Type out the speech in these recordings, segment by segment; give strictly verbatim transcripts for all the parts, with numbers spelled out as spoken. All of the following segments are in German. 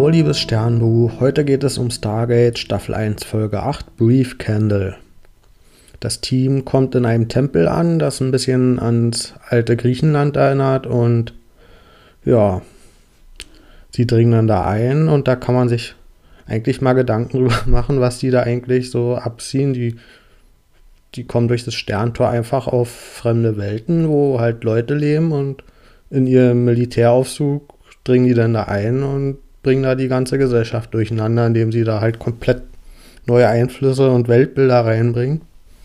Hallo liebes Sternbuch, heute geht es um Stargate Staffel eins Folge acht, Brief Candle. Das Team kommt in einem Tempel an, das ein bisschen ans alte Griechenland erinnert und ja, sie dringen dann da ein und da kann man sich eigentlich mal Gedanken drüber machen, was die da eigentlich so abziehen. Die, die kommen durch das Sterntor einfach auf fremde Welten, wo halt Leute leben und in ihrem Militäraufzug dringen die dann da ein und bringen da die ganze Gesellschaft durcheinander, indem sie da halt komplett neue Einflüsse und Weltbilder reinbringen.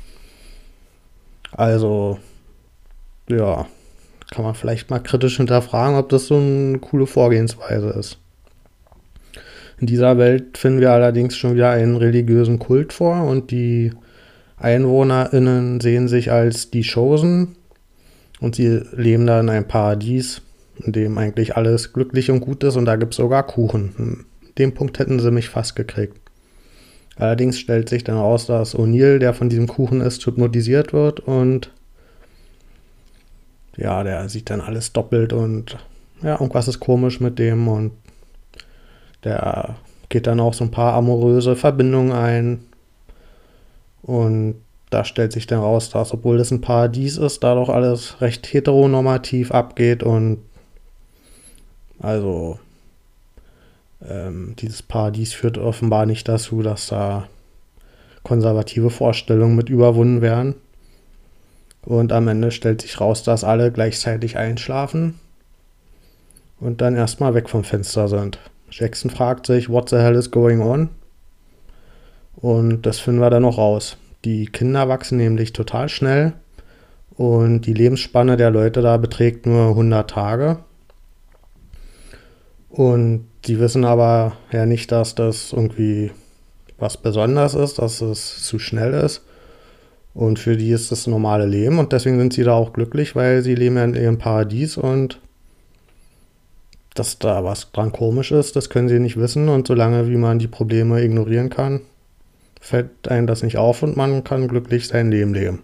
Also, ja, kann man vielleicht mal kritisch hinterfragen, ob das so eine coole Vorgehensweise ist. In dieser Welt finden wir allerdings schon wieder einen religiösen Kult vor und die EinwohnerInnen sehen sich als die Chosen und sie leben da in einem Paradies, in dem eigentlich alles glücklich und gut ist und da gibt es sogar Kuchen. An dem Punkt hätten sie mich fast gekriegt. Allerdings stellt sich dann raus, dass O'Neill, der von diesem Kuchen ist, hypnotisiert wird und ja, der sieht dann alles doppelt und ja, irgendwas ist komisch mit dem und der geht dann auch so ein paar amoröse Verbindungen ein und da stellt sich dann raus, dass, obwohl das ein Paradies ist, da doch alles recht heteronormativ abgeht und also ähm, dieses Paradies führt offenbar nicht dazu, dass da konservative Vorstellungen mit überwunden werden. Und am Ende stellt sich raus, dass alle gleichzeitig einschlafen und dann erstmal weg vom Fenster sind. Jackson fragt sich, what the hell is going on? Und das finden wir dann noch raus. Die Kinder wachsen nämlich total schnell und die Lebensspanne der Leute da beträgt nur hundert Tage. Und die wissen aber ja nicht, dass das irgendwie was Besonderes ist, dass es zu schnell ist. Und für die ist das normale Leben und deswegen sind sie da auch glücklich, weil sie leben ja in ihrem Paradies und dass da was dran komisch ist, das können sie nicht wissen. Und solange wie man die Probleme ignorieren kann, fällt einem das nicht auf und man kann glücklich sein Leben leben.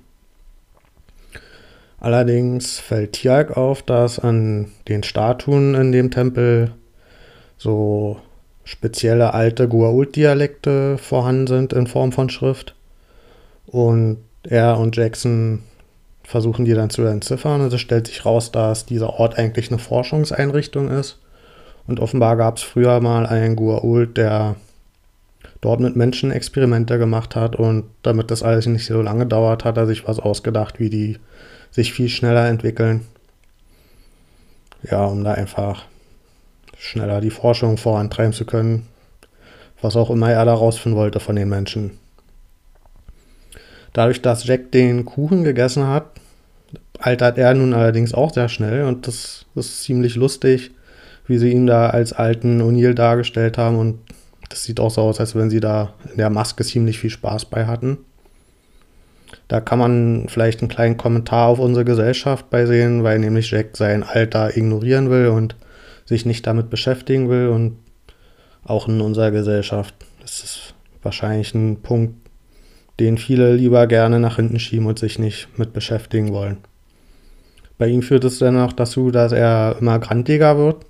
Allerdings fällt Tialk auf, dass an den Statuen in dem Tempel so spezielle alte Goa'uld-Dialekte vorhanden sind in Form von Schrift. Und er und Jackson versuchen die dann zu entziffern und es stellt sich raus, dass dieser Ort eigentlich eine Forschungseinrichtung ist. Und offenbar gab es früher mal einen Goa'uld, der dort mit Menschen Experimente gemacht hat und damit das alles nicht so lange dauert, hat er sich was ausgedacht, wie die sich viel schneller entwickeln. Ja, um da einfach schneller die Forschung vorantreiben zu können, was auch immer er da rausfinden wollte von den Menschen. Dadurch, dass Jack den Kuchen gegessen hat, altert er nun allerdings auch sehr schnell und das ist ziemlich lustig, wie sie ihn da als alten O'Neill dargestellt haben und das sieht auch so aus, als wenn sie da in der Maske ziemlich viel Spaß bei hatten. Da kann man vielleicht einen kleinen Kommentar auf unsere Gesellschaft bei sehen, weil nämlich Jack sein Alter ignorieren will und sich nicht damit beschäftigen will und auch in unserer Gesellschaft ist es wahrscheinlich ein Punkt, den viele lieber gerne nach hinten schieben und sich nicht mit beschäftigen wollen. Bei ihm führt es dann auch dazu, dass er immer grantiger wird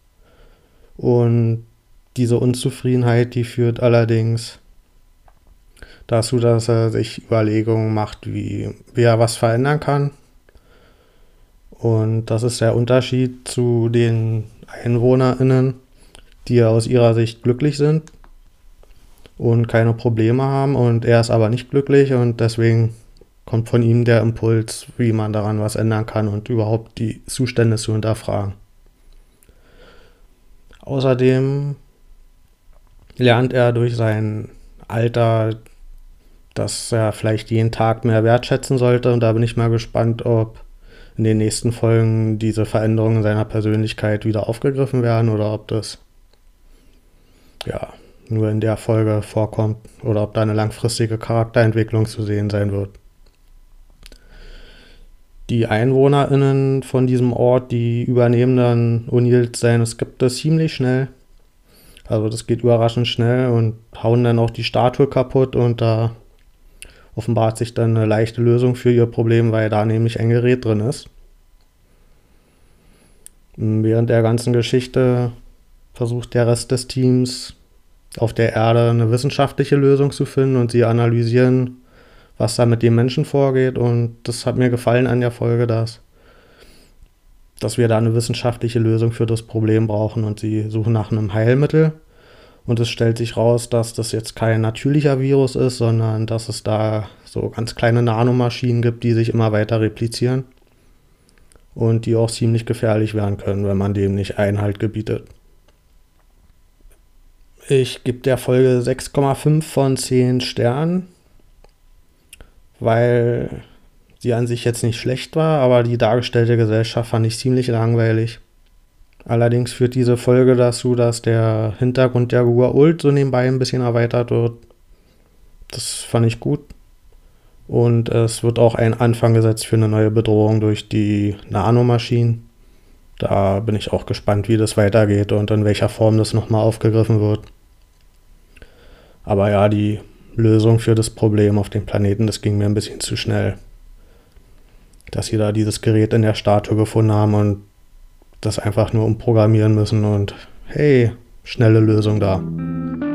und diese Unzufriedenheit, die führt allerdings dazu, dass er sich Überlegungen macht, wie, wie er was verändern kann. Und das ist der Unterschied zu den EinwohnerInnen, die aus ihrer Sicht glücklich sind und keine Probleme haben. Und er ist aber nicht glücklich und deswegen kommt von ihm der Impuls, wie man daran was ändern kann und überhaupt die Zustände zu hinterfragen. Außerdem lernt er durch sein Alter, dass er vielleicht jeden Tag mehr wertschätzen sollte. Und da bin ich mal gespannt, ob in den nächsten Folgen diese Veränderungen seiner Persönlichkeit wieder aufgegriffen werden oder ob das ja nur in der Folge vorkommt oder ob da eine langfristige Charakterentwicklung zu sehen sein wird. Die EinwohnerInnen von diesem Ort, die übernehmen dann O'Neill seine Skripte ziemlich schnell. Also das geht überraschend schnell und hauen dann auch die Statue kaputt und da offenbart sich dann eine leichte Lösung für ihr Problem, weil da nämlich ein Gerät drin ist. Während der ganzen Geschichte versucht der Rest des Teams auf der Erde eine wissenschaftliche Lösung zu finden und sie analysieren, was da mit dem Menschen vorgeht. Und das hat mir gefallen an der Folge, dass, dass wir da eine wissenschaftliche Lösung für das Problem brauchen und sie suchen nach einem Heilmittel. Und es stellt sich raus, dass das jetzt kein natürlicher Virus ist, sondern dass es da so ganz kleine Nanomaschinen gibt, die sich immer weiter replizieren und die auch ziemlich gefährlich werden können, wenn man dem nicht Einhalt gebietet. Ich gebe der Folge sechs Komma fünf von zehn Sternen, weil sie an sich jetzt nicht schlecht war, aber die dargestellte Gesellschaft fand ich ziemlich langweilig. Allerdings führt diese Folge dazu, dass der Hintergrund der Goa'uld so nebenbei ein bisschen erweitert wird. Das fand ich gut. Und es wird auch ein Anfang gesetzt für eine neue Bedrohung durch die Nanomaschinen. Da bin ich auch gespannt, wie das weitergeht und in welcher Form das nochmal aufgegriffen wird. Aber ja, die Lösung für das Problem auf dem Planeten, das ging mir ein bisschen zu schnell. Dass sie da dieses Gerät in der Statue gefunden haben und das einfach nur umprogrammieren müssen und hey, schnelle Lösung da.